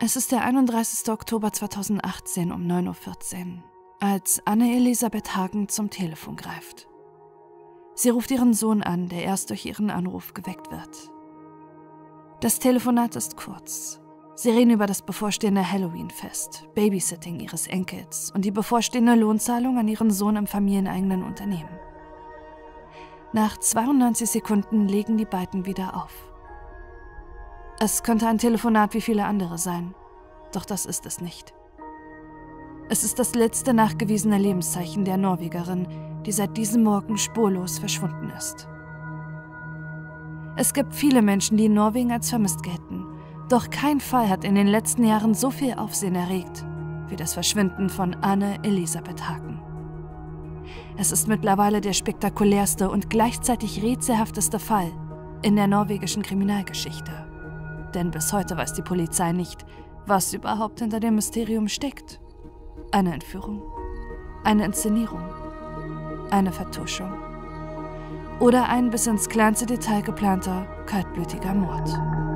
Es ist der 31. Oktober 2018 um 9:14 Uhr, als Anne-Elisabeth Hagen zum Telefon greift. Sie ruft ihren Sohn an, der erst durch ihren Anruf geweckt wird. Das Telefonat ist kurz. Sie reden über das bevorstehende Halloween-Fest, Babysitting ihres Enkels und die bevorstehende Lohnzahlung an ihren Sohn im familieneigenen Unternehmen. Nach 92 Sekunden legen die beiden wieder auf. Es könnte ein Telefonat wie viele andere sein, doch das ist es nicht. Es ist das letzte nachgewiesene Lebenszeichen der Norwegerin, die seit diesem Morgen spurlos verschwunden ist. Es gibt viele Menschen, die in Norwegen als vermisst gelten, doch kein Fall hat in den letzten Jahren so viel Aufsehen erregt wie das Verschwinden von Anne-Elisabeth Hagen. Es ist mittlerweile der spektakulärste und gleichzeitig rätselhafteste Fall in der norwegischen Kriminalgeschichte. Denn bis heute weiß die Polizei nicht, was überhaupt hinter dem Mysterium steckt. Eine Entführung, eine Inszenierung, eine Vertuschung oder ein bis ins kleinste Detail geplanter, kaltblütiger Mord.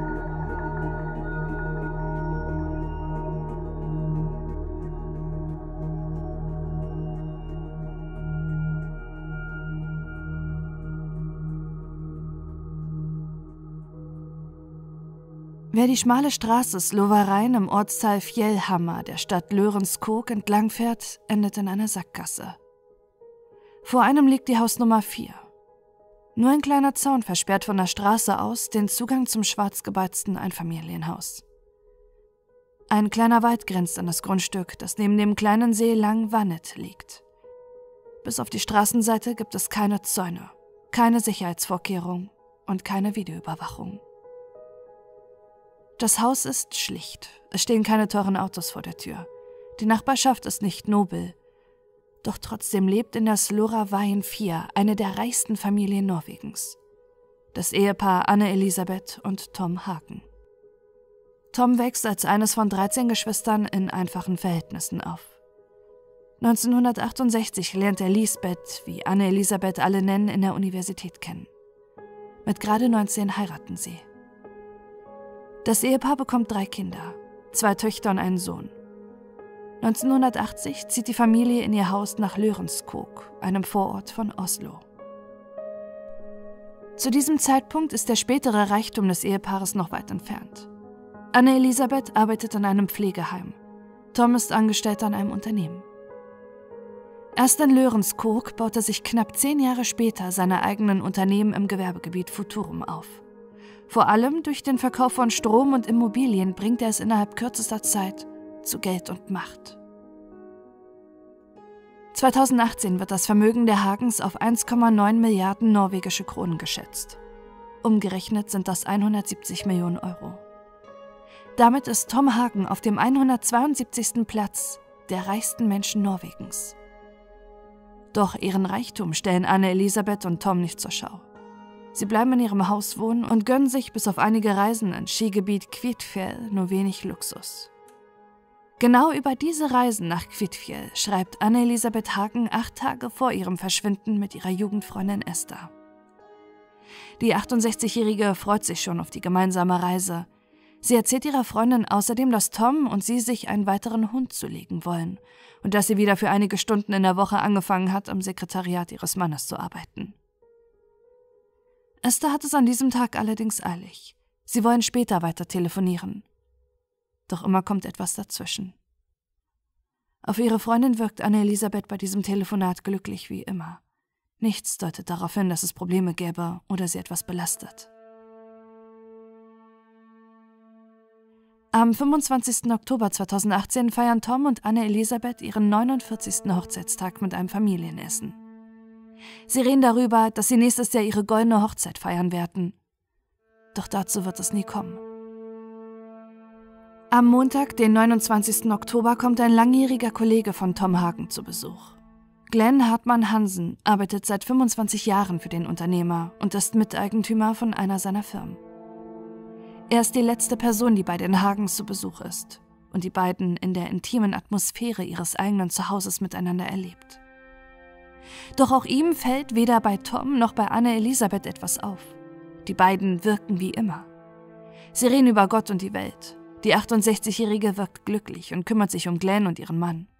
Wer die schmale Straße Slovarein im Ortsteil Fjellhammer der Stadt Lørenskog entlangfährt, endet in einer Sackgasse. Vor einem liegt die Hausnummer 4. Nur ein kleiner Zaun versperrt von der Straße aus den Zugang zum schwarz gebeizten Einfamilienhaus. Ein kleiner Wald grenzt an das Grundstück, das neben dem kleinen See Langvannet liegt. Bis auf die Straßenseite gibt es keine Zäune, keine Sicherheitsvorkehrung und keine Videoüberwachung. Das Haus ist schlicht, es stehen keine teuren Autos vor der Tür. Die Nachbarschaft ist nicht nobel. Doch trotzdem lebt in der Slovarein 4 eine der reichsten Familien Norwegens. Das Ehepaar Anne-Elisabeth und Tom Hagen. Tom wächst als eines von 13 Geschwistern in einfachen Verhältnissen auf. 1968 lernt er Lisbeth, wie Anne-Elisabeth alle nennen, in der Universität kennen. Mit gerade 19 heiraten sie. Das Ehepaar bekommt 3 Kinder, 2 Töchter und einen Sohn. 1980 zieht die Familie in ihr Haus nach Lørenskog, einem Vorort von Oslo. Zu diesem Zeitpunkt ist der spätere Reichtum des Ehepaares noch weit entfernt. Anne-Elisabeth arbeitet an einem Pflegeheim. Tom ist Angestellter an einem Unternehmen. Erst in Lørenskog baut er sich knapp 10 Jahre später seine eigenen Unternehmen im Gewerbegebiet Futurum auf. Vor allem durch den Verkauf von Strom und Immobilien bringt er es innerhalb kürzester Zeit zu Geld und Macht. 2018 wird das Vermögen der Hagens auf 1,9 Milliarden norwegische Kronen geschätzt. Umgerechnet sind das 170 Millionen Euro. Damit ist Tom Hagen auf dem 172. Platz der reichsten Menschen Norwegens. Doch ihren Reichtum stellen Anne-Elisabeth und Tom nicht zur Schau. Sie bleiben in ihrem Haus wohnen und gönnen sich bis auf einige Reisen ins Skigebiet Kvitfjell nur wenig Luxus. Genau über diese Reisen nach Kvitfjell schreibt Anne-Elisabeth Hagen 8 Tage vor ihrem Verschwinden mit ihrer Jugendfreundin Esther. Die 68-Jährige freut sich schon auf die gemeinsame Reise. Sie erzählt ihrer Freundin außerdem, dass Tom und sie sich einen weiteren Hund zulegen wollen und dass sie wieder für einige Stunden in der Woche angefangen hat, am Sekretariat ihres Mannes zu arbeiten. Esther hat es an diesem Tag allerdings eilig. Sie wollen später weiter telefonieren. Doch immer kommt etwas dazwischen. Auf ihre Freundin wirkt Anne-Elisabeth bei diesem Telefonat glücklich wie immer. Nichts deutet darauf hin, dass es Probleme gäbe oder sie etwas belastet. Am 25. Oktober 2018 feiern Tom und Anne-Elisabeth ihren 49. Hochzeitstag mit einem Familienessen. Sie reden darüber, dass sie nächstes Jahr ihre goldene Hochzeit feiern werden. Doch dazu wird es nie kommen. Am Montag, den 29. Oktober, kommt ein langjähriger Kollege von Tom Hagen zu Besuch. Glenn Hartmann Hansen arbeitet seit 25 Jahren für den Unternehmer und ist Miteigentümer von einer seiner Firmen. Er ist die letzte Person, die bei den Hagens zu Besuch ist und die beiden in der intimen Atmosphäre ihres eigenen Zuhauses miteinander erlebt. Doch auch ihm fällt weder bei Tom noch bei Anne-Elisabeth etwas auf. Die beiden wirken wie immer. Sie reden über Gott und die Welt. Die 68-Jährige wirkt glücklich und kümmert sich um Glenn und ihren Mann.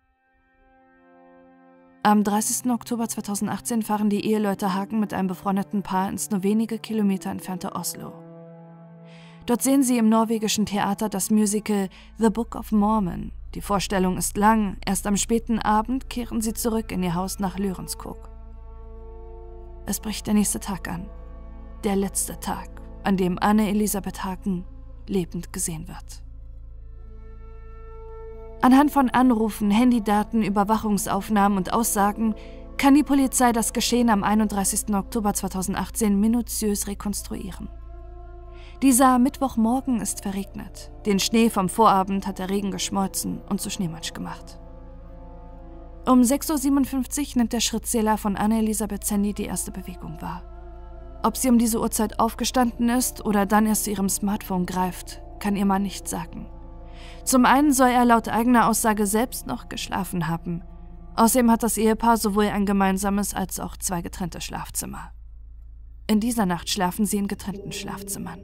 Am 30. Oktober 2018 fahren die Eheleute Hagen mit einem befreundeten Paar ins nur wenige Kilometer entfernte Oslo. Dort sehen sie im norwegischen Theater das Musical The Book of Mormon. Die Vorstellung ist lang, erst am späten Abend kehren sie zurück in ihr Haus nach Lørenskog. Es bricht der nächste Tag an. Der letzte Tag, an dem Anne-Elisabeth Hagen lebend gesehen wird. Anhand von Anrufen, Handydaten, Überwachungsaufnahmen und Aussagen kann die Polizei das Geschehen am 31. Oktober 2018 minutiös rekonstruieren. Dieser Mittwochmorgen ist verregnet. Den Schnee vom Vorabend hat der Regen geschmolzen und zu Schneematsch gemacht. Um 6:57 Uhr nimmt der Schrittzähler von Anne-Elisabeths Handy die erste Bewegung wahr. Ob sie um diese Uhrzeit aufgestanden ist oder dann erst zu ihrem Smartphone greift, kann ihr Mann nicht sagen. Zum einen soll er laut eigener Aussage selbst noch geschlafen haben. Außerdem hat das Ehepaar sowohl ein gemeinsames als auch 2 getrennte Schlafzimmer. In dieser Nacht schlafen sie in getrennten Schlafzimmern.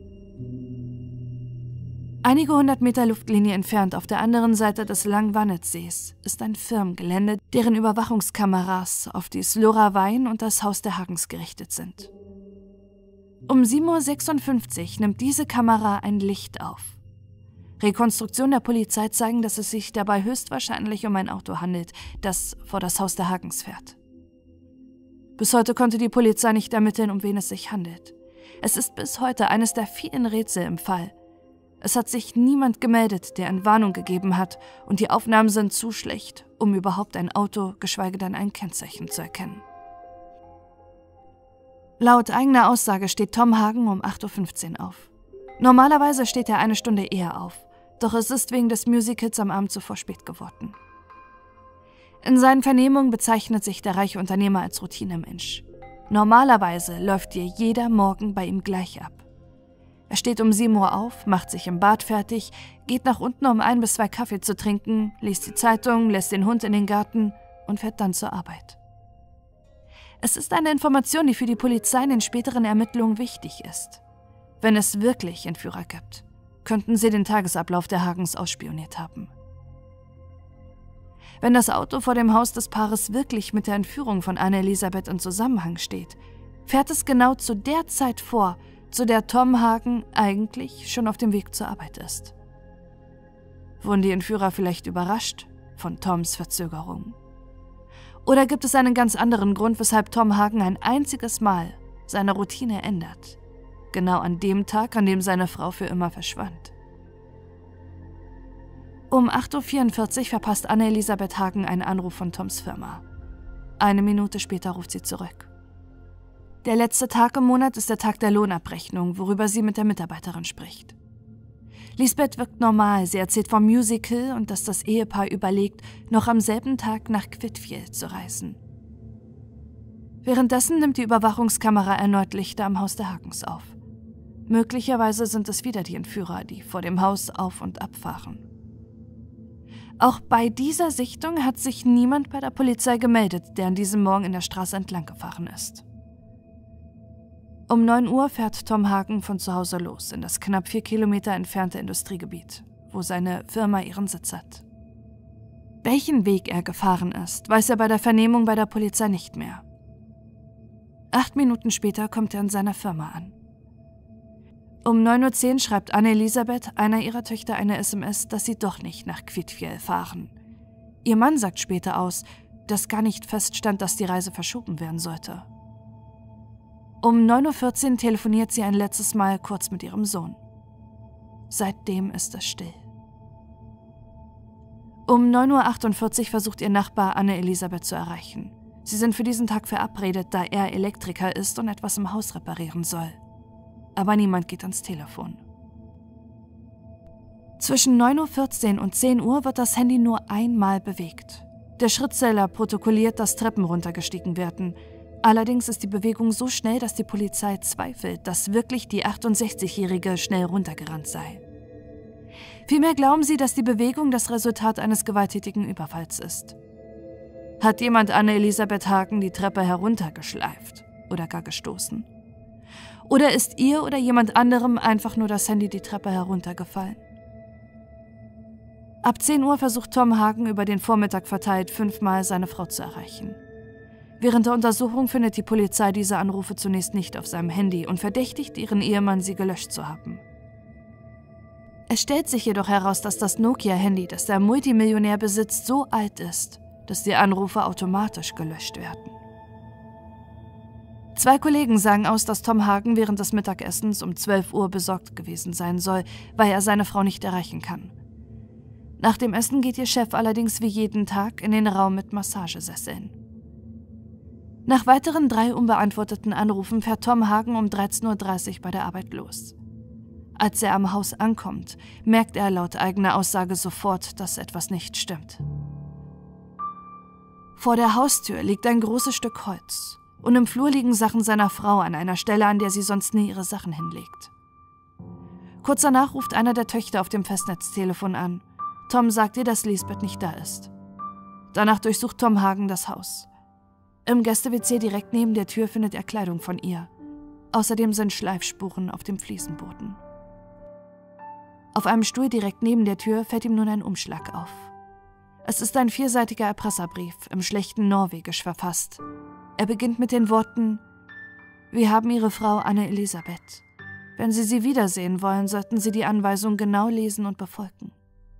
Einige 100 Meter Luftlinie entfernt auf der anderen Seite des Langvannetsees ist ein Firmengelände, deren Überwachungskameras auf die Slora Wein und das Haus der Hagens gerichtet sind. Um 7:56 Uhr nimmt diese Kamera ein Licht auf. Rekonstruktionen der Polizei zeigen, dass es sich dabei höchstwahrscheinlich um ein Auto handelt, das vor das Haus der Hagens fährt. Bis heute konnte die Polizei nicht ermitteln, um wen es sich handelt. Es ist bis heute eines der vielen Rätsel im Fall. Es hat sich niemand gemeldet, der Entwarnung gegeben hat, und die Aufnahmen sind zu schlecht, um überhaupt ein Auto, geschweige denn ein Kennzeichen zu erkennen. Laut eigener Aussage steht Tom Hagen um 8:15 Uhr auf. Normalerweise steht er eine Stunde eher auf, doch es ist wegen des Musicals am Abend zuvor spät geworden. In seinen Vernehmungen bezeichnet sich der reiche Unternehmer als Routinemensch. Normalerweise läuft dir jeder Morgen bei ihm gleich ab. Er steht um 7 Uhr auf, macht sich im Bad fertig, geht nach unten, um 1 bis 2 Kaffee zu trinken, liest die Zeitung, lässt den Hund in den Garten und fährt dann zur Arbeit. Es ist eine Information, die für die Polizei in den späteren Ermittlungen wichtig ist. Wenn es wirklich Entführer gibt, könnten sie den Tagesablauf der Hagens ausspioniert haben. Wenn das Auto vor dem Haus des Paares wirklich mit der Entführung von Anne-Elisabeth in Zusammenhang steht, fährt es genau zu der Zeit vor, zu der Tom Hagen eigentlich schon auf dem Weg zur Arbeit ist. Wurden die Entführer vielleicht überrascht von Toms Verzögerung? Oder gibt es einen ganz anderen Grund, weshalb Tom Hagen ein einziges Mal seine Routine ändert? Genau an dem Tag, an dem seine Frau für immer verschwand. Um 8:44 Uhr verpasst Anne-Elisabeth Hagen einen Anruf von Toms Firma. 1 Minute später ruft sie zurück. Der letzte Tag im Monat ist der Tag der Lohnabrechnung, worüber sie mit der Mitarbeiterin spricht. Lisbeth wirkt normal, sie erzählt vom Musical und dass das Ehepaar überlegt, noch am selben Tag nach Kvitfjell zu reisen. Währenddessen nimmt die Überwachungskamera erneut Lichter am Haus der Hagens auf. Möglicherweise sind es wieder die Entführer, die vor dem Haus auf- und abfahren. Auch bei dieser Sichtung hat sich niemand bei der Polizei gemeldet, der an diesem Morgen in der Straße entlang gefahren ist. Um 9 Uhr fährt Tom Hagen von zu Hause los in das knapp 4 Kilometer entfernte Industriegebiet, wo seine Firma ihren Sitz hat. Welchen Weg er gefahren ist, weiß er bei der Vernehmung bei der Polizei nicht mehr. 8 Minuten später kommt er in seiner Firma an. Um 9:10 Uhr schreibt Anne-Elisabeth einer ihrer Töchter eine SMS, dass sie doch nicht nach Kvitfjell fahren. Ihr Mann sagt später aus, dass gar nicht feststand, dass die Reise verschoben werden sollte. Um 9:14 Uhr telefoniert sie ein letztes Mal kurz mit ihrem Sohn. Seitdem ist es still. Um 9:48 Uhr versucht ihr Nachbar Anne-Elisabeth zu erreichen. Sie sind für diesen Tag verabredet, da er Elektriker ist und etwas im Haus reparieren soll. Aber niemand geht ans Telefon. Zwischen 9:14 Uhr und 10 Uhr wird das Handy nur einmal bewegt. Der Schrittzähler protokolliert, dass Treppen runtergestiegen werden. Allerdings ist die Bewegung so schnell, dass die Polizei zweifelt, dass wirklich die 68-Jährige schnell runtergerannt sei. Vielmehr glauben sie, dass die Bewegung das Resultat eines gewalttätigen Überfalls ist. Hat jemand Anne-Elisabeth Hagen die Treppe heruntergeschleift oder gar gestoßen? Oder ist ihr oder jemand anderem einfach nur das Handy die Treppe heruntergefallen? Ab 10 Uhr versucht Tom Hagen über den Vormittag verteilt 5-mal seine Frau zu erreichen. Während der Untersuchung findet die Polizei diese Anrufe zunächst nicht auf seinem Handy und verdächtigt ihren Ehemann, sie gelöscht zu haben. Es stellt sich jedoch heraus, dass das Nokia-Handy, das der Multimillionär besitzt, so alt ist, dass die Anrufe automatisch gelöscht werden. 2 Kollegen sagen aus, dass Tom Hagen während des Mittagessens um 12 Uhr besorgt gewesen sein soll, weil er seine Frau nicht erreichen kann. Nach dem Essen geht ihr Chef allerdings wie jeden Tag in den Raum mit Massagesesseln. Nach weiteren 3 unbeantworteten Anrufen fährt Tom Hagen um 13:30 Uhr bei der Arbeit los. Als er am Haus ankommt, merkt er laut eigener Aussage sofort, dass etwas nicht stimmt. Vor der Haustür liegt ein großes Stück Holz und im Flur liegen Sachen seiner Frau an einer Stelle, an der sie sonst nie ihre Sachen hinlegt. Kurz danach ruft einer der Töchter auf dem Festnetztelefon an. Tom sagt ihr, dass Lisbeth nicht da ist. Danach durchsucht Tom Hagen das Haus. Im Gäste-WC direkt neben der Tür findet er Kleidung von ihr. Außerdem sind Schleifspuren auf dem Fliesenboden. Auf einem Stuhl direkt neben der Tür fällt ihm nun ein Umschlag auf. Es ist ein 4-seitiger Erpresserbrief, im schlechten Norwegisch verfasst. Er beginnt mit den Worten: Wir haben Ihre Frau Anne Elisabeth. Wenn Sie sie wiedersehen wollen, sollten Sie die Anweisung genau lesen und befolgen.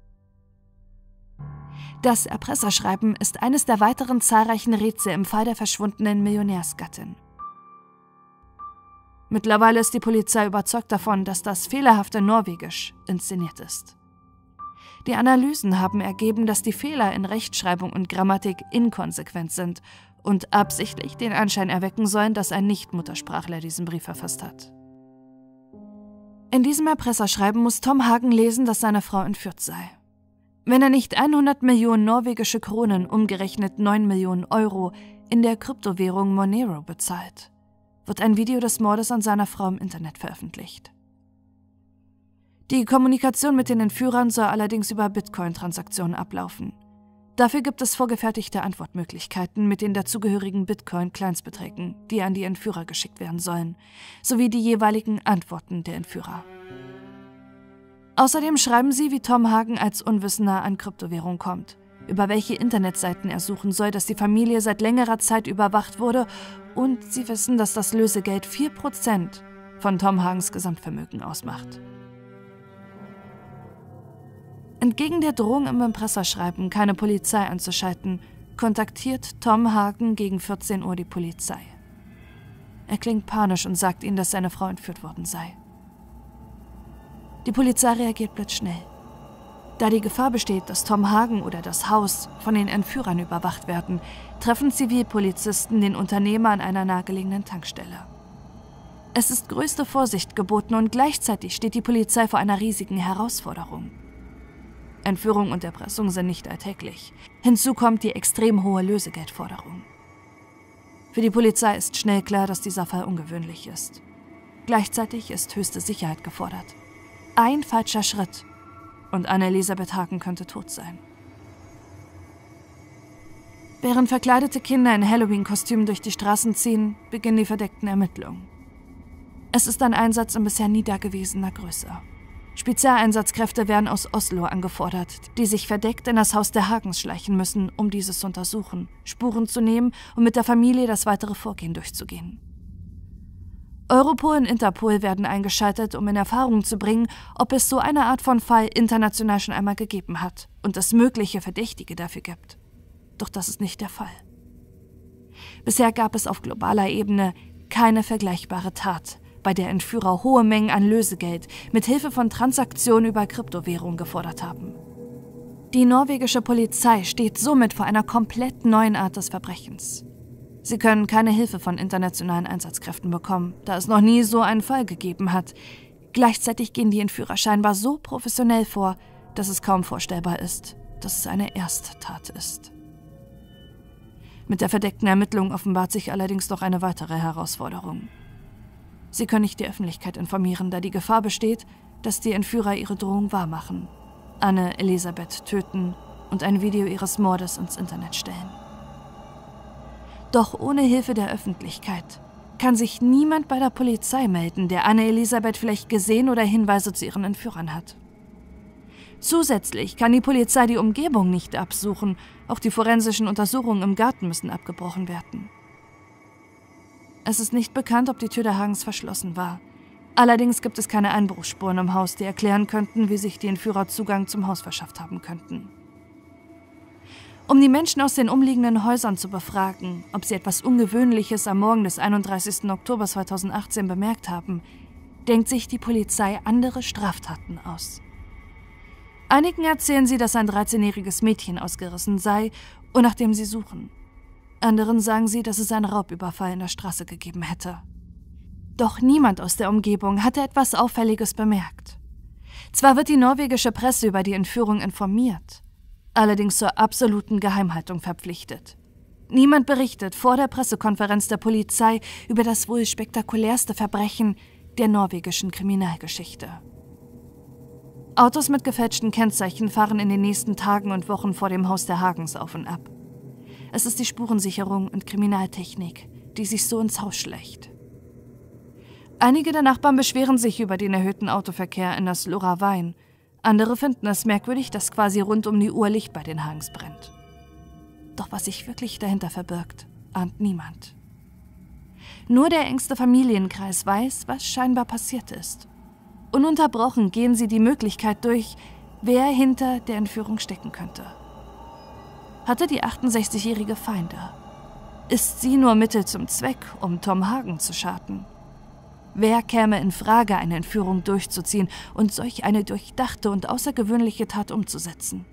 Das Erpresserschreiben ist eines der weiteren zahlreichen Rätsel im Fall der verschwundenen Millionärsgattin. Mittlerweile ist die Polizei überzeugt davon, dass das fehlerhafte Norwegisch inszeniert ist. Die Analysen haben ergeben, dass die Fehler in Rechtschreibung und Grammatik inkonsequent sind und absichtlich den Anschein erwecken sollen, dass ein Nicht-Muttersprachler diesen Brief verfasst hat. In diesem Erpresserschreiben muss Tom Hagen lesen, dass seine Frau entführt sei. Wenn er nicht 100 Millionen norwegische Kronen, umgerechnet 9 Millionen Euro, in der Kryptowährung Monero bezahlt, wird ein Video des Mordes an seiner Frau im Internet veröffentlicht. Die Kommunikation mit den Entführern soll allerdings über Bitcoin-Transaktionen ablaufen. Dafür gibt es vorgefertigte Antwortmöglichkeiten mit den dazugehörigen Bitcoin-Kleinstbeträgen, die an die Entführer geschickt werden sollen, sowie die jeweiligen Antworten der Entführer. Außerdem schreiben sie, wie Tom Hagen als Unwissender an Kryptowährung kommt, über welche Internetseiten er suchen soll, dass die Familie seit längerer Zeit überwacht wurde, und sie wissen, dass das Lösegeld 4% von Tom Hagens Gesamtvermögen ausmacht. Entgegen der Drohung im Erpresserschreiben, keine Polizei anzuschalten, kontaktiert Tom Hagen gegen 14 Uhr die Polizei. Er klingt panisch und sagt ihnen, dass seine Frau entführt worden sei. Die Polizei reagiert blitzschnell. Da die Gefahr besteht, dass Tom Hagen oder das Haus von den Entführern überwacht werden, treffen Zivilpolizisten den Unternehmer an einer nahegelegenen Tankstelle. Es ist größte Vorsicht geboten und gleichzeitig steht die Polizei vor einer riesigen Herausforderung. Entführung und Erpressung sind nicht alltäglich. Hinzu kommt die extrem hohe Lösegeldforderung. Für die Polizei ist schnell klar, dass dieser Fall ungewöhnlich ist. Gleichzeitig ist höchste Sicherheit gefordert. Ein falscher Schritt und Anne Elisabeth Hagen könnte tot sein. Während verkleidete Kinder in Halloween-Kostümen durch die Straßen ziehen, beginnen die verdeckten Ermittlungen. Es ist ein Einsatz in bisher nie dagewesener Größe. Spezialeinsatzkräfte werden aus Oslo angefordert, die sich verdeckt in das Haus der Hagens schleichen müssen, um dieses zu untersuchen, Spuren zu nehmen und mit der Familie das weitere Vorgehen durchzugehen. Europol und Interpol werden eingeschaltet, um in Erfahrung zu bringen, ob es so eine Art von Fall international schon einmal gegeben hat und es mögliche Verdächtige dafür gibt. Doch das ist nicht der Fall. Bisher gab es auf globaler Ebene keine vergleichbare Tat, bei der Entführer hohe Mengen an Lösegeld mit Hilfe von Transaktionen über Kryptowährung gefordert haben. Die norwegische Polizei steht somit vor einer komplett neuen Art des Verbrechens. Sie können keine Hilfe von internationalen Einsatzkräften bekommen, da es noch nie so einen Fall gegeben hat. Gleichzeitig gehen die Entführer scheinbar so professionell vor, dass es kaum vorstellbar ist, dass es eine Ersttat ist. Mit der verdeckten Ermittlung offenbart sich allerdings noch eine weitere Herausforderung. Sie können nicht die Öffentlichkeit informieren, da die Gefahr besteht, dass die Entführer ihre Drohung wahrmachen, Anne Elisabeth töten und ein Video ihres Mordes ins Internet stellen. Doch ohne Hilfe der Öffentlichkeit kann sich niemand bei der Polizei melden, der Anne Elisabeth vielleicht gesehen oder Hinweise zu ihren Entführern hat. Zusätzlich kann die Polizei die Umgebung nicht absuchen. Auch die forensischen Untersuchungen im Garten müssen abgebrochen werden. Es ist nicht bekannt, ob die Tür der Hagens verschlossen war. Allerdings gibt es keine Einbruchsspuren im Haus, die erklären könnten, wie sich die Entführer Zugang zum Haus verschafft haben könnten. Um die Menschen aus den umliegenden Häusern zu befragen, ob sie etwas Ungewöhnliches am Morgen des 31. Oktober 2018 bemerkt haben, denkt sich die Polizei andere Straftaten aus. Einigen erzählen sie, dass ein 13-jähriges Mädchen ausgerissen sei und nach dem sie suchen. Anderen sagen sie, dass es einen Raubüberfall in der Straße gegeben hätte. Doch niemand aus der Umgebung hatte etwas Auffälliges bemerkt. Zwar wird die norwegische Presse über die Entführung informiert, allerdings zur absoluten Geheimhaltung verpflichtet. Niemand berichtet vor der Pressekonferenz der Polizei über das wohl spektakulärste Verbrechen der norwegischen Kriminalgeschichte. Autos mit gefälschten Kennzeichen fahren in den nächsten Tagen und Wochen vor dem Haus der Hagens auf und ab. Es ist die Spurensicherung und Kriminaltechnik, die sich so ins Haus schleicht. Einige der Nachbarn beschweren sich über den erhöhten Autoverkehr in das Loraveien. Andere finden es merkwürdig, dass quasi rund um die Uhr Licht bei den Hagens brennt. Doch was sich wirklich dahinter verbirgt, ahnt niemand. Nur der engste Familienkreis weiß, was scheinbar passiert ist. Ununterbrochen gehen sie die Möglichkeit durch, wer hinter der Entführung stecken könnte. Hatte die 68-jährige Feinde? Ist sie nur Mittel zum Zweck, um Tom Hagen zu schaden? Wer käme in Frage, eine Entführung durchzuziehen und solch eine durchdachte und außergewöhnliche Tat umzusetzen?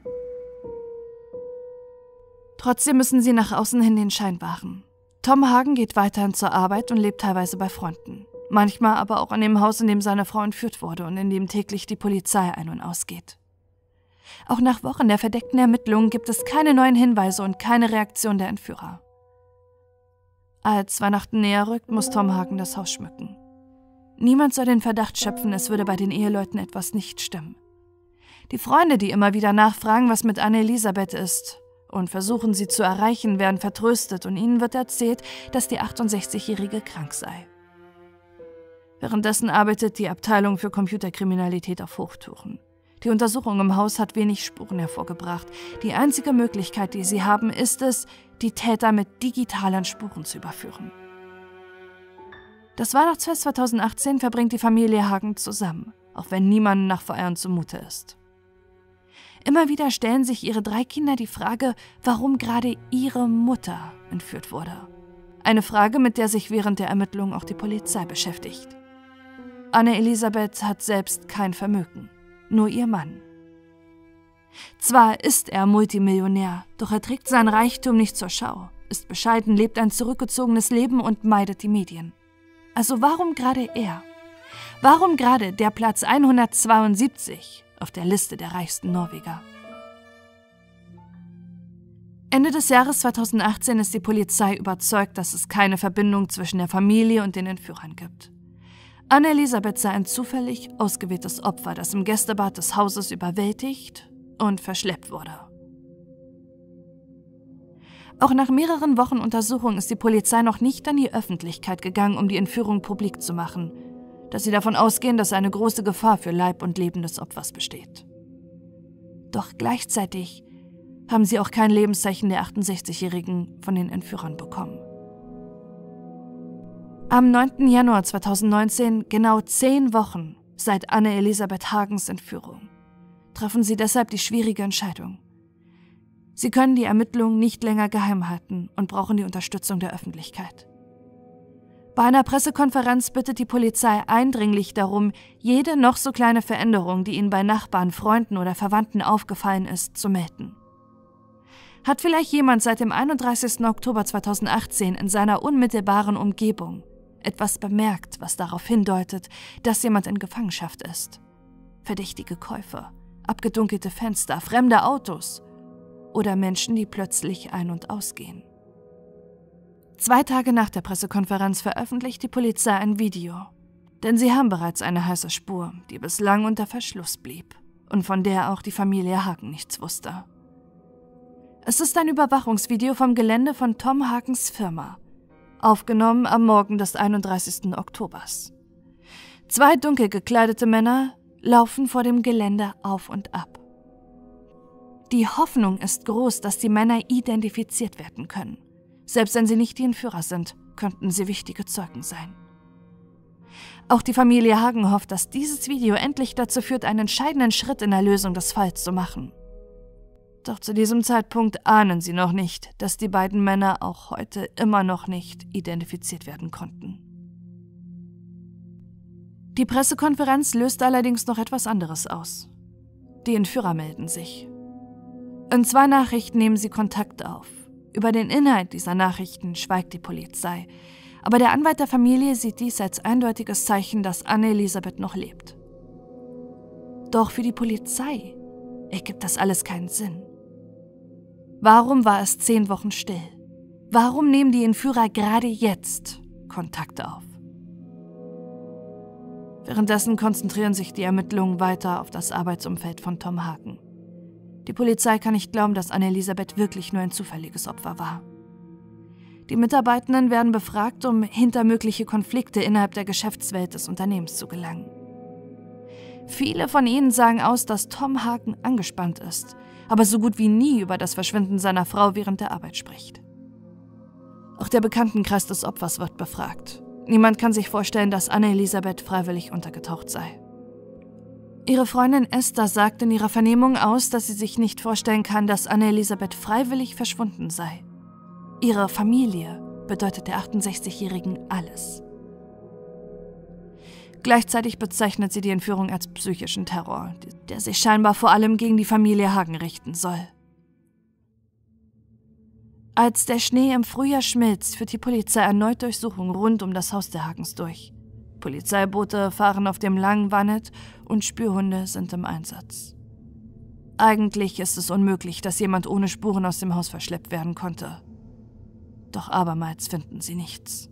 Trotzdem müssen sie nach außen hin den Schein wahren. Tom Hagen geht weiterhin zur Arbeit und lebt teilweise bei Freunden. Manchmal aber auch an dem Haus, in dem seine Frau entführt wurde und in dem täglich die Polizei ein- und ausgeht. Auch nach Wochen der verdeckten Ermittlungen gibt es keine neuen Hinweise und keine Reaktion der Entführer. Als Weihnachten näher rückt, muss Tom Hagen das Haus schmücken. Niemand soll den Verdacht schöpfen, es würde bei den Eheleuten etwas nicht stimmen. Die Freunde, die immer wieder nachfragen, was mit Anne-Elisabeth ist und versuchen, sie zu erreichen, werden vertröstet und ihnen wird erzählt, dass die 68-Jährige krank sei. Währenddessen arbeitet die Abteilung für Computerkriminalität auf Hochtouren. Die Untersuchung im Haus hat wenig Spuren hervorgebracht. Die einzige Möglichkeit, die sie haben, ist es, die Täter mit digitalen Spuren zu überführen. Das Weihnachtsfest 2018 verbringt die Familie Hagen zusammen, auch wenn niemandem nach Feiern zumute ist. Immer wieder stellen sich ihre 3 Kinder die Frage, warum gerade ihre Mutter entführt wurde. Eine Frage, mit der sich während der Ermittlungen auch die Polizei beschäftigt. Anne-Elisabeth hat selbst kein Vermögen, nur ihr Mann. Zwar ist er Multimillionär, doch er trägt seinen Reichtum nicht zur Schau, ist bescheiden, lebt ein zurückgezogenes Leben und meidet die Medien. Also warum gerade er? Warum gerade der Platz 172 auf der Liste der reichsten Norweger? Ende des Jahres 2018 ist die Polizei überzeugt, dass es keine Verbindung zwischen der Familie und den Entführern gibt. Anne-Elisabeth sei ein zufällig ausgewähltes Opfer, das im Gästebad des Hauses überwältigt und verschleppt wurde. Auch nach mehreren Wochen Untersuchung ist die Polizei noch nicht an die Öffentlichkeit gegangen, um die Entführung publik zu machen, da sie davon ausgehen, dass eine große Gefahr für Leib und Leben des Opfers besteht. Doch gleichzeitig haben sie auch kein Lebenszeichen der 68-Jährigen von den Entführern bekommen. Am 9. Januar 2019, genau 10 Wochen seit Anne-Elisabeth Hagens Entführung, treffen sie deshalb die schwierige Entscheidung. Sie können die Ermittlungen nicht länger geheim halten und brauchen die Unterstützung der Öffentlichkeit. Bei einer Pressekonferenz bittet die Polizei eindringlich darum, jede noch so kleine Veränderung, die ihnen bei Nachbarn, Freunden oder Verwandten aufgefallen ist, zu melden. Hat vielleicht jemand seit dem 31. Oktober 2018 in seiner unmittelbaren Umgebung etwas bemerkt, was darauf hindeutet, dass jemand in Gefangenschaft ist? Verdächtige Käufe, abgedunkelte Fenster, fremde Autos oder Menschen, die plötzlich ein- und ausgehen. 2 Tage nach der Pressekonferenz veröffentlicht die Polizei ein Video, denn sie haben bereits eine heiße Spur, die bislang unter Verschluss blieb und von der auch die Familie Hagen nichts wusste. Es ist ein Überwachungsvideo vom Gelände von Tom Hagens Firma, aufgenommen am Morgen des 31. Oktobers. 2 dunkel gekleidete Männer laufen vor dem Gelände auf und ab. Die Hoffnung ist groß, dass die Männer identifiziert werden können. Selbst wenn sie nicht die Entführer sind, könnten sie wichtige Zeugen sein. Auch die Familie Hagen hofft, dass dieses Video endlich dazu führt, einen entscheidenden Schritt in der Lösung des Falls zu machen. Doch zu diesem Zeitpunkt ahnen sie noch nicht, dass die beiden Männer auch heute immer noch nicht identifiziert werden konnten. Die Pressekonferenz löst allerdings noch etwas anderes aus. Die Entführer melden sich. In 2 Nachrichten nehmen sie Kontakt auf. Über den Inhalt dieser Nachrichten schweigt die Polizei, aber der Anwalt der Familie sieht dies als eindeutiges Zeichen, dass Anne-Elisabeth noch lebt. Doch für die Polizei ergibt das alles keinen Sinn. Warum war es 10 Wochen still? Warum nehmen die Entführer gerade jetzt Kontakt auf? Währenddessen konzentrieren sich die Ermittlungen weiter auf das Arbeitsumfeld von Tom Hagen. Die Polizei kann nicht glauben, dass Anne-Elisabeth wirklich nur ein zufälliges Opfer war. Die Mitarbeitenden werden befragt, um hinter mögliche Konflikte innerhalb der Geschäftswelt des Unternehmens zu gelangen. Viele von ihnen sagen aus, dass Tom Hagen angespannt ist, aber so gut wie nie über das Verschwinden seiner Frau während der Arbeit spricht. Auch der Bekanntenkreis des Opfers wird befragt. Niemand kann sich vorstellen, dass Anne-Elisabeth freiwillig untergetaucht sei. Ihre Freundin Esther sagt in ihrer Vernehmung aus, dass sie sich nicht vorstellen kann, dass Anne-Elisabeth freiwillig verschwunden sei. Ihre Familie bedeutet der 68-Jährigen alles. Gleichzeitig bezeichnet sie die Entführung als psychischen Terror, der sich scheinbar vor allem gegen die Familie Hagen richten soll. Als der Schnee im Frühjahr schmilzt, führt die Polizei erneut Durchsuchungen rund um das Haus der Hagens durch. Polizeiboote fahren auf dem langen Vannet und Spürhunde sind im Einsatz. Eigentlich ist es unmöglich, dass jemand ohne Spuren aus dem Haus verschleppt werden konnte. Doch abermals finden sie nichts.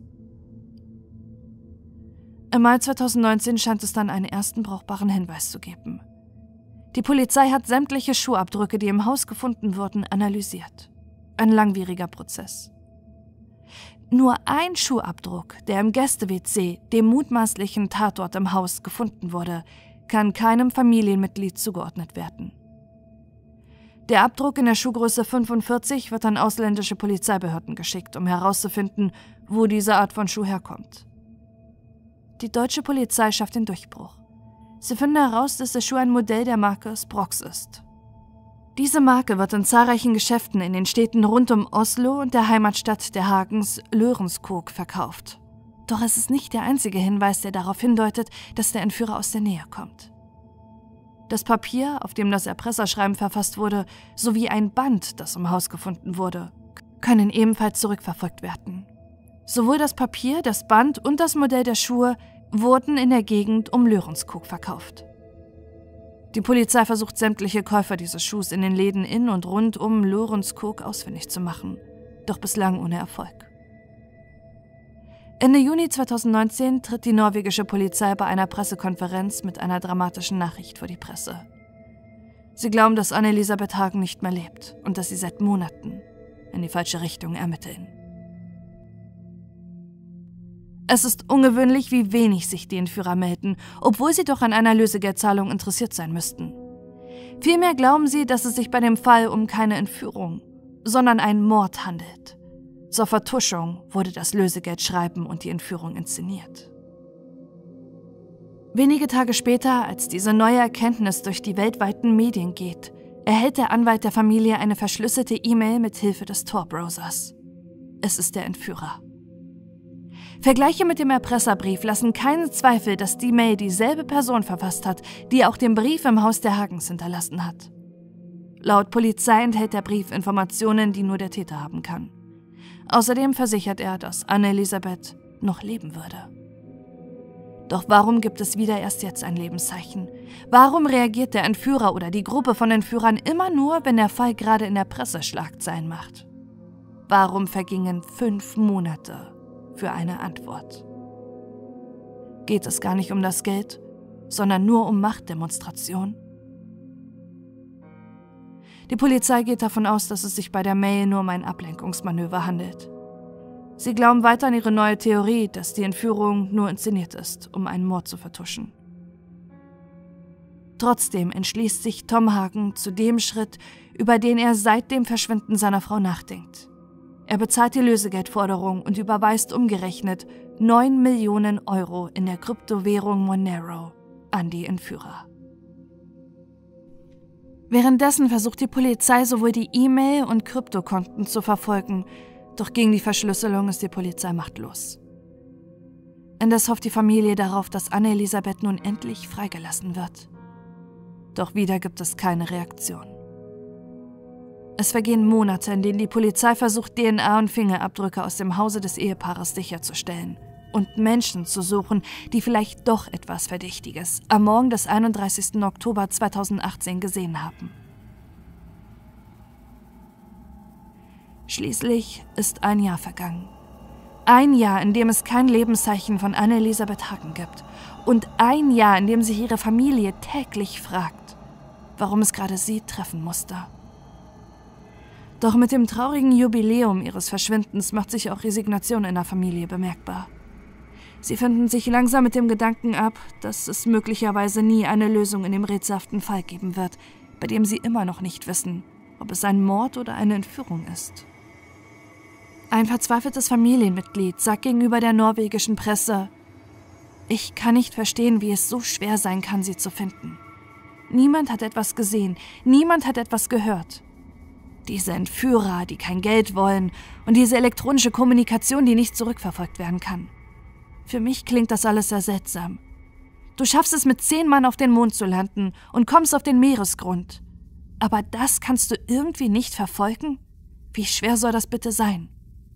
Im Mai 2019 scheint es dann einen ersten brauchbaren Hinweis zu geben. Die Polizei hat sämtliche Schuhabdrücke, die im Haus gefunden wurden, analysiert. Ein langwieriger Prozess. Nur ein Schuhabdruck, der im Gäste-WC, dem mutmaßlichen Tatort im Haus, gefunden wurde, kann keinem Familienmitglied zugeordnet werden. Der Abdruck in der Schuhgröße 45 wird an ausländische Polizeibehörden geschickt, um herauszufinden, wo diese Art von Schuh herkommt. Die deutsche Polizei schafft den Durchbruch. Sie finden heraus, dass der Schuh ein Modell der Marke Sprox ist. Diese Marke wird in zahlreichen Geschäften in den Städten rund um Oslo und der Heimatstadt der Hagens, Lørenskog, verkauft. Doch es ist nicht der einzige Hinweis, der darauf hindeutet, dass der Entführer aus der Nähe kommt. Das Papier, auf dem das Erpresserschreiben verfasst wurde, sowie ein Band, das im Haus gefunden wurde, können ebenfalls zurückverfolgt werden. Sowohl das Papier, das Band und das Modell der Schuhe wurden in der Gegend um Lørenskog verkauft. Die Polizei versucht, sämtliche Käufer dieses Schuhs in den Läden in und rund um Lørenskog ausfindig zu machen, doch bislang ohne Erfolg. Ende Juni 2019 tritt die norwegische Polizei bei einer Pressekonferenz mit einer dramatischen Nachricht vor die Presse. Sie glauben, dass Anne-Elisabeth Hagen nicht mehr lebt und dass sie seit Monaten in die falsche Richtung ermitteln. Es ist ungewöhnlich, wie wenig sich die Entführer melden, obwohl sie doch an einer Lösegeldzahlung interessiert sein müssten. Vielmehr glauben sie, dass es sich bei dem Fall um keine Entführung, sondern einen Mord handelt. Zur Vertuschung wurde das Lösegeldschreiben und die Entführung inszeniert. Wenige Tage später, als diese neue Erkenntnis durch die weltweiten Medien geht, erhält der Anwalt der Familie eine verschlüsselte E-Mail mit Hilfe des Tor-Browsers. Es ist der Entführer. Vergleiche mit dem Erpresserbrief lassen keinen Zweifel, dass die Mail dieselbe Person verfasst hat, die auch den Brief im Haus der Hagens hinterlassen hat. Laut Polizei enthält der Brief Informationen, die nur der Täter haben kann. Außerdem versichert er, dass Anne-Elisabeth noch leben würde. Doch warum gibt es wieder erst jetzt ein Lebenszeichen? Warum reagiert der Entführer oder die Gruppe von Entführern immer nur, wenn der Fall gerade in der Presse Schlagzeilen macht? Warum vergingen 5 Monate für eine Antwort? Geht es gar nicht um das Geld, sondern nur um Machtdemonstration? Die Polizei geht davon aus, dass es sich bei der Mail nur um ein Ablenkungsmanöver handelt. Sie glauben weiter an ihre neue Theorie, dass die Entführung nur inszeniert ist, um einen Mord zu vertuschen. Trotzdem entschließt sich Tom Hagen zu dem Schritt, über den er seit dem Verschwinden seiner Frau nachdenkt. Er bezahlt die Lösegeldforderung und überweist umgerechnet 9 Millionen Euro in der Kryptowährung Monero an die Entführer. Währenddessen versucht die Polizei sowohl die E-Mail- und Kryptokonten zu verfolgen, doch gegen die Verschlüsselung ist die Polizei machtlos. Indes hofft die Familie darauf, dass Anne-Elisabeth nun endlich freigelassen wird. Doch wieder gibt es keine Reaktion. Es vergehen Monate, in denen die Polizei versucht, DNA- und Fingerabdrücke aus dem Hause des Ehepaares sicherzustellen und Menschen zu suchen, die vielleicht doch etwas Verdächtiges am Morgen des 31. Oktober 2018 gesehen haben. Schließlich ist ein Jahr vergangen. Ein Jahr, in dem es kein Lebenszeichen von Anne-Elisabeth Hagen gibt. Und ein Jahr, in dem sich ihre Familie täglich fragt, warum es gerade sie treffen musste. Doch mit dem traurigen Jubiläum ihres Verschwindens macht sich auch Resignation in der Familie bemerkbar. Sie finden sich langsam mit dem Gedanken ab, dass es möglicherweise nie eine Lösung in dem rätselhaften Fall geben wird, bei dem sie immer noch nicht wissen, ob es ein Mord oder eine Entführung ist. Ein verzweifeltes Familienmitglied sagt gegenüber der norwegischen Presse: „Ich kann nicht verstehen, wie es so schwer sein kann, sie zu finden. Niemand hat etwas gesehen, niemand hat etwas gehört. Diese Entführer, die kein Geld wollen, und diese elektronische Kommunikation, die nicht zurückverfolgt werden kann. Für mich klingt das alles sehr seltsam. Du schaffst es, mit 10 Mann auf den Mond zu landen und kommst auf den Meeresgrund. Aber das kannst du irgendwie nicht verfolgen? Wie schwer soll das bitte sein?“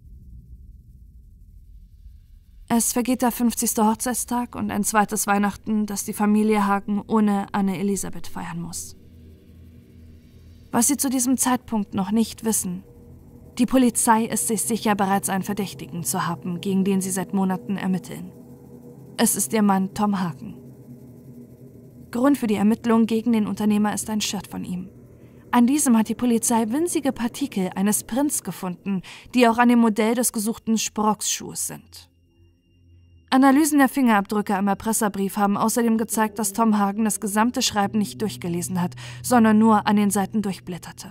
Es vergeht der 50. Hochzeitstag und ein zweites Weihnachten, das die Familie Hagen ohne Anne-Elisabeth feiern muss. Was sie zu diesem Zeitpunkt noch nicht wissen: Die Polizei ist sich sicher, bereits einen Verdächtigen zu haben, gegen den sie seit Monaten ermitteln. Es ist ihr Mann Tom Hagen. Grund für die Ermittlung gegen den Unternehmer ist ein Shirt von ihm. An diesem hat die Polizei winzige Partikel eines Prints gefunden, die auch an dem Modell des gesuchten Sprox-Schuhs sind. Analysen der Fingerabdrücke am Erpresserbrief haben außerdem gezeigt, dass Tom Hagen das gesamte Schreiben nicht durchgelesen hat, sondern nur an den Seiten durchblätterte.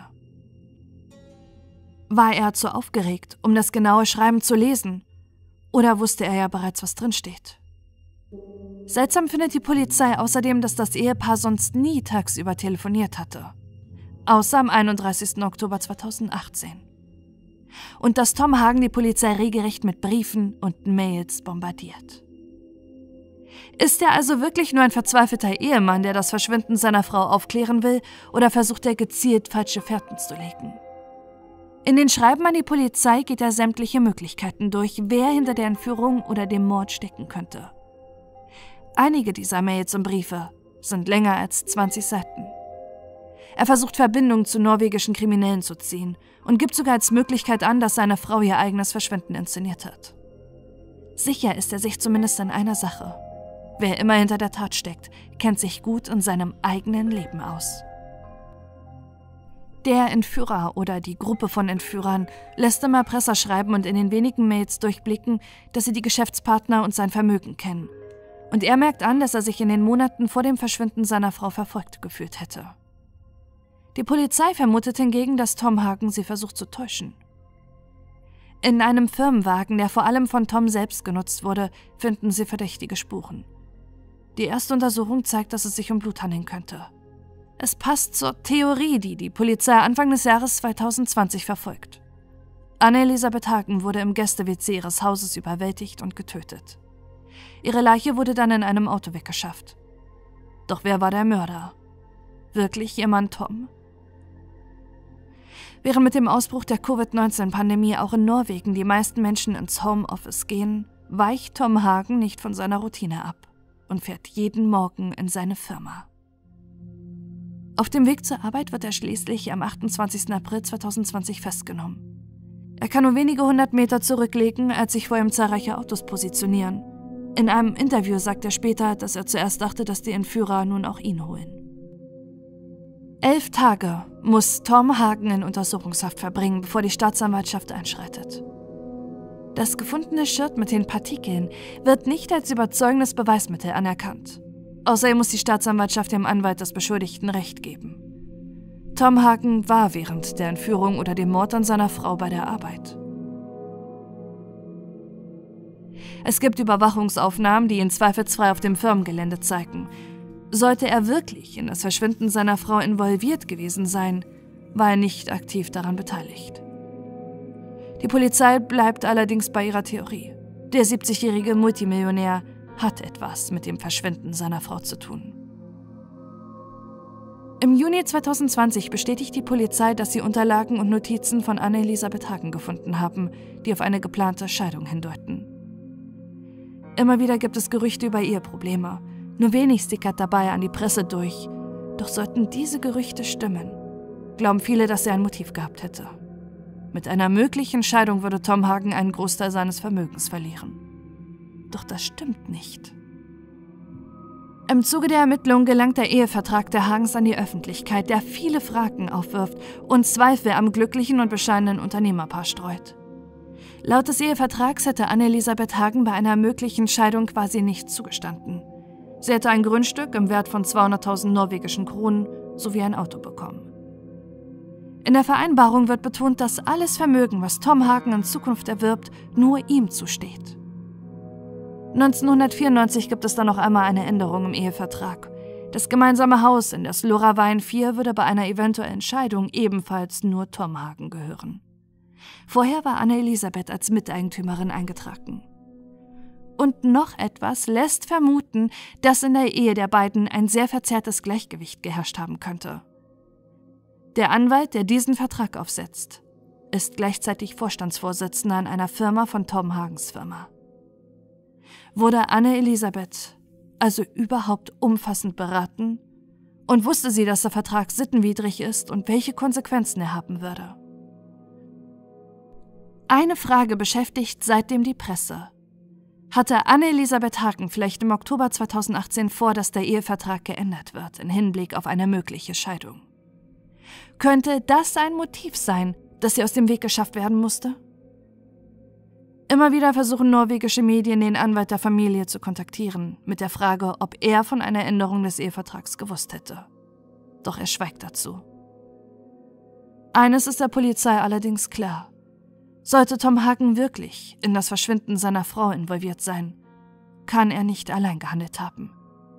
War er zu aufgeregt, um das genaue Schreiben zu lesen? Oder wusste er ja bereits, was drinsteht? Seltsam findet die Polizei außerdem, dass das Ehepaar sonst nie tagsüber telefoniert hatte. Außer am 31. Oktober 2018. Und dass Tom Hagen die Polizei regelrecht mit Briefen und Mails bombardiert. Ist er also wirklich nur ein verzweifelter Ehemann, der das Verschwinden seiner Frau aufklären will, oder versucht er gezielt, falsche Fährten zu legen? In den Schreiben an die Polizei geht er sämtliche Möglichkeiten durch, wer hinter der Entführung oder dem Mord stecken könnte. Einige dieser Mails und Briefe sind länger als 20 Seiten. Er versucht, Verbindungen zu norwegischen Kriminellen zu ziehen und gibt sogar als Möglichkeit an, dass seine Frau ihr eigenes Verschwinden inszeniert hat. Sicher ist er sich zumindest in einer Sache: Wer immer hinter der Tat steckt, kennt sich gut in seinem eigenen Leben aus. Der Entführer oder die Gruppe von Entführern lässt im Erpresserschreiben und in den wenigen Mails durchblicken, dass sie die Geschäftspartner und sein Vermögen kennen. Und er merkt an, dass er sich in den Monaten vor dem Verschwinden seiner Frau verfolgt gefühlt hätte. Die Polizei vermutet hingegen, dass Tom Hagen sie versucht zu täuschen. In einem Firmenwagen, der vor allem von Tom selbst genutzt wurde, finden sie verdächtige Spuren. Die erste Untersuchung zeigt, dass es sich um Blut handeln könnte. Es passt zur Theorie, die die Polizei Anfang des Jahres 2020 verfolgt. Anne-Elisabeth Hagen wurde im Gäste-WC ihres Hauses überwältigt und getötet. Ihre Leiche wurde dann in einem Auto weggeschafft. Doch wer war der Mörder? Wirklich ihr Mann Tom? Während mit dem Ausbruch der Covid-19-Pandemie auch in Norwegen die meisten Menschen ins Homeoffice gehen, weicht Tom Hagen nicht von seiner Routine ab und fährt jeden Morgen in seine Firma. Auf dem Weg zur Arbeit wird er schließlich am 28. April 2020 festgenommen. Er kann nur wenige 100 Meter zurücklegen, als sich vor ihm zahlreiche Autos positionieren. In einem Interview sagt er später, dass er zuerst dachte, dass die Entführer nun auch ihn holen. 11 Tage muss Tom Hagen in Untersuchungshaft verbringen, bevor die Staatsanwaltschaft einschreitet. Das gefundene Shirt mit den Partikeln wird nicht als überzeugendes Beweismittel anerkannt. Außerdem muss die Staatsanwaltschaft dem Anwalt des Beschuldigten Recht geben. Tom Hagen war während der Entführung oder dem Mord an seiner Frau bei der Arbeit. Es gibt Überwachungsaufnahmen, die ihn zweifelsfrei auf dem Firmengelände zeigen. Sollte er wirklich in das Verschwinden seiner Frau involviert gewesen sein, war er nicht aktiv daran beteiligt. Die Polizei bleibt allerdings bei ihrer Theorie. Der 70-jährige Multimillionär hat etwas mit dem Verschwinden seiner Frau zu tun. Im Juni 2020 bestätigt die Polizei, dass sie Unterlagen und Notizen von Anne-Elisabeth Hagen gefunden haben, die auf eine geplante Scheidung hindeuten. Immer wieder gibt es Gerüchte über Eheprobleme. Nur wenig sickert dabei an die Presse durch. Doch sollten diese Gerüchte stimmen, glauben viele, dass er ein Motiv gehabt hätte. Mit einer möglichen Scheidung würde Tom Hagen einen Großteil seines Vermögens verlieren. Doch das stimmt nicht. Im Zuge der Ermittlungen gelangt der Ehevertrag der Hagens an die Öffentlichkeit, der viele Fragen aufwirft und Zweifel am glücklichen und bescheidenen Unternehmerpaar streut. Laut des Ehevertrags hätte Anne-Elisabeth Hagen bei einer möglichen Scheidung quasi nichts zugestanden. Sie hätte ein Grundstück im Wert von 200.000 norwegischen Kronen sowie ein Auto bekommen. In der Vereinbarung wird betont, dass alles Vermögen, was Tom Hagen in Zukunft erwirbt, nur ihm zusteht. 1994 gibt es dann noch einmal eine Änderung im Ehevertrag. Das gemeinsame Haus in der Sloravain 4 würde bei einer eventuellen Scheidung ebenfalls nur Tom Hagen gehören. Vorher war Anne-Elisabeth als Miteigentümerin eingetragen. Und noch etwas lässt vermuten, dass in der Ehe der beiden ein sehr verzerrtes Gleichgewicht geherrscht haben könnte. Der Anwalt, der diesen Vertrag aufsetzt, ist gleichzeitig Vorstandsvorsitzender in einer Firma von Tom Hagens Firma. Wurde Anne-Elisabeth also überhaupt umfassend beraten? Und wusste sie, dass der Vertrag sittenwidrig ist und welche Konsequenzen er haben würde? Eine Frage beschäftigt seitdem die Presse. Hatte Anne-Elisabeth Hagen vielleicht im Oktober 2018 vor, dass der Ehevertrag geändert wird, im Hinblick auf eine mögliche Scheidung? Könnte das ein Motiv sein, das ihr aus dem Weg geschafft werden musste? Immer wieder versuchen norwegische Medien, den Anwalt der Familie zu kontaktieren, mit der Frage, ob er von einer Änderung des Ehevertrags gewusst hätte. Doch er schweigt dazu. Eines ist der Polizei allerdings klar. Sollte Tom Hagen wirklich in das Verschwinden seiner Frau involviert sein, kann er nicht allein gehandelt haben.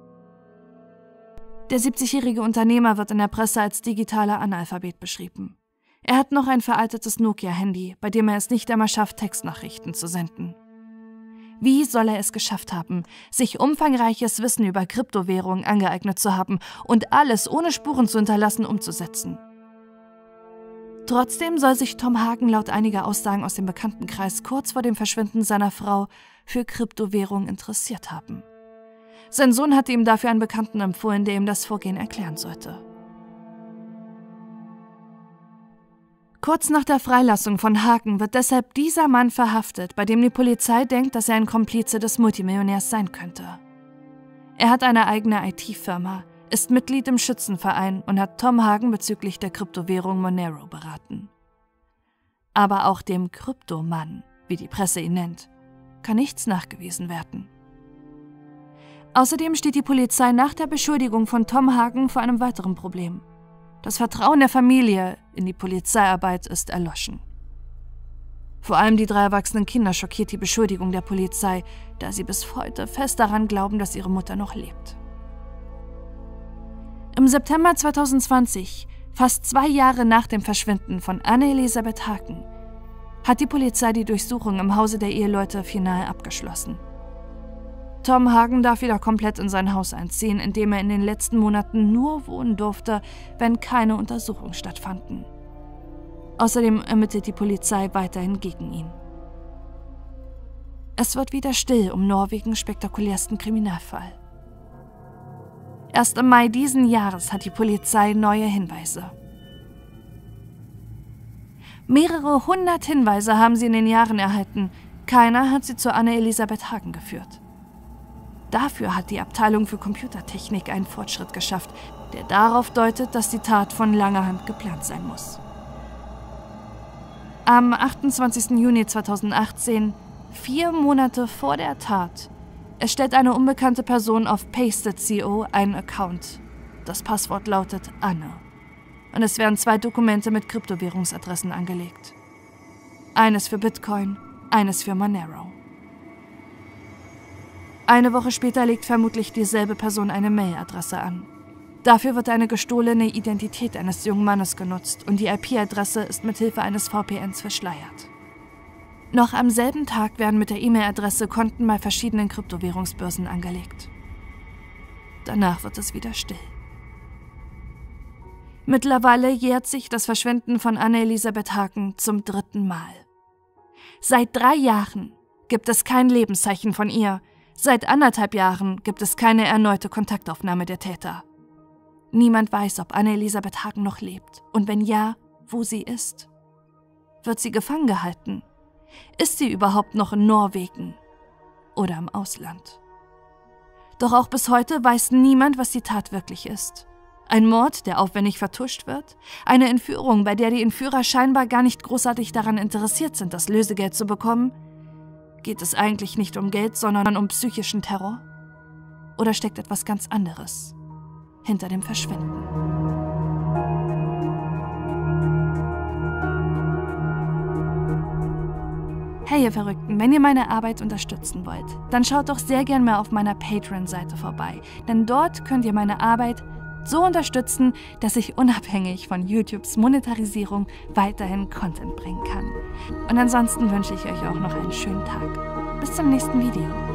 Der 70-jährige Unternehmer wird in der Presse als digitaler Analphabet beschrieben. Er hat noch ein veraltetes Nokia-Handy, bei dem er es nicht einmal schafft, Textnachrichten zu senden. Wie soll er es geschafft haben, sich umfangreiches Wissen über Kryptowährungen angeeignet zu haben und alles ohne Spuren zu hinterlassen umzusetzen? Trotzdem soll sich Tom Hagen laut einiger Aussagen aus dem Bekanntenkreis kurz vor dem Verschwinden seiner Frau für Kryptowährungen interessiert haben. Sein Sohn hatte ihm dafür einen Bekannten empfohlen, der ihm das Vorgehen erklären sollte. Kurz nach der Freilassung von Hagen wird deshalb dieser Mann verhaftet, bei dem die Polizei denkt, dass er ein Komplize des Multimillionärs sein könnte. Er hat eine eigene IT-Firma, ist Mitglied im Schützenverein und hat Tom Hagen bezüglich der Kryptowährung Monero beraten. Aber auch dem Kryptomann, wie die Presse ihn nennt, kann nichts nachgewiesen werden. Außerdem steht die Polizei nach der Beschuldigung von Tom Hagen vor einem weiteren Problem. Das Vertrauen der Familie in die Polizeiarbeit ist erloschen. Vor allem die 3 erwachsenen Kinder schockiert die Beschuldigung der Polizei, da sie bis heute fest daran glauben, dass ihre Mutter noch lebt. Im September 2020, fast 2 Jahre nach dem Verschwinden von Anne-Elisabeth Hagen, hat die Polizei die Durchsuchung im Hause der Eheleute final abgeschlossen. Tom Hagen darf wieder komplett in sein Haus einziehen, in dem er in den letzten Monaten nur wohnen durfte, wenn keine Untersuchungen stattfanden. Außerdem ermittelt die Polizei weiterhin gegen ihn. Es wird wieder still um Norwegens spektakulärsten Kriminalfall. Erst im Mai diesen Jahres hat die Polizei neue Hinweise. Mehrere 100 Hinweise haben sie in den Jahren erhalten. Keiner hat sie zu Anne-Elisabeth Hagen geführt. Dafür hat die Abteilung für Computertechnik einen Fortschritt geschafft, der darauf deutet, dass die Tat von langer Hand geplant sein muss. Am 28. Juni 2018, 4 Monate vor der Tat, erstellt eine unbekannte Person auf Pasted.co einen Account. Das Passwort lautet Anne. Und es werden 2 Dokumente mit Kryptowährungsadressen angelegt. Eines für Bitcoin, eines für Monero. Eine Woche später legt vermutlich dieselbe Person eine Mailadresse an. Dafür wird eine gestohlene Identität eines jungen Mannes genutzt und die IP-Adresse ist mithilfe eines VPNs verschleiert. Noch am selben Tag werden mit der E-Mail-Adresse Konten bei verschiedenen Kryptowährungsbörsen angelegt. Danach wird es wieder still. Mittlerweile jährt sich das Verschwinden von Anne-Elisabeth Haken zum 3. Mal. Seit 3 Jahren gibt es kein Lebenszeichen von ihr. Seit 1,5 Jahren gibt es keine erneute Kontaktaufnahme der Täter. Niemand weiß, ob Anne-Elisabeth Haken noch lebt und wenn ja, wo sie ist. Wird sie gefangen gehalten? Ist sie überhaupt noch in Norwegen oder im Ausland? Doch auch bis heute weiß niemand, was die Tat wirklich ist. Ein Mord, der aufwendig vertuscht wird? Eine Entführung, bei der die Entführer scheinbar gar nicht großartig daran interessiert sind, das Lösegeld zu bekommen? Geht es eigentlich nicht um Geld, sondern um psychischen Terror? Oder steckt etwas ganz anderes hinter dem Verschwinden? Hey ihr Verrückten, wenn ihr meine Arbeit unterstützen wollt, dann schaut doch sehr gern mal auf meiner Patreon-Seite vorbei, denn dort könnt ihr meine Arbeit so unterstützen, dass ich unabhängig von YouTubes Monetarisierung weiterhin Content bringen kann. Und ansonsten wünsche ich euch auch noch einen schönen Tag. Bis zum nächsten Video.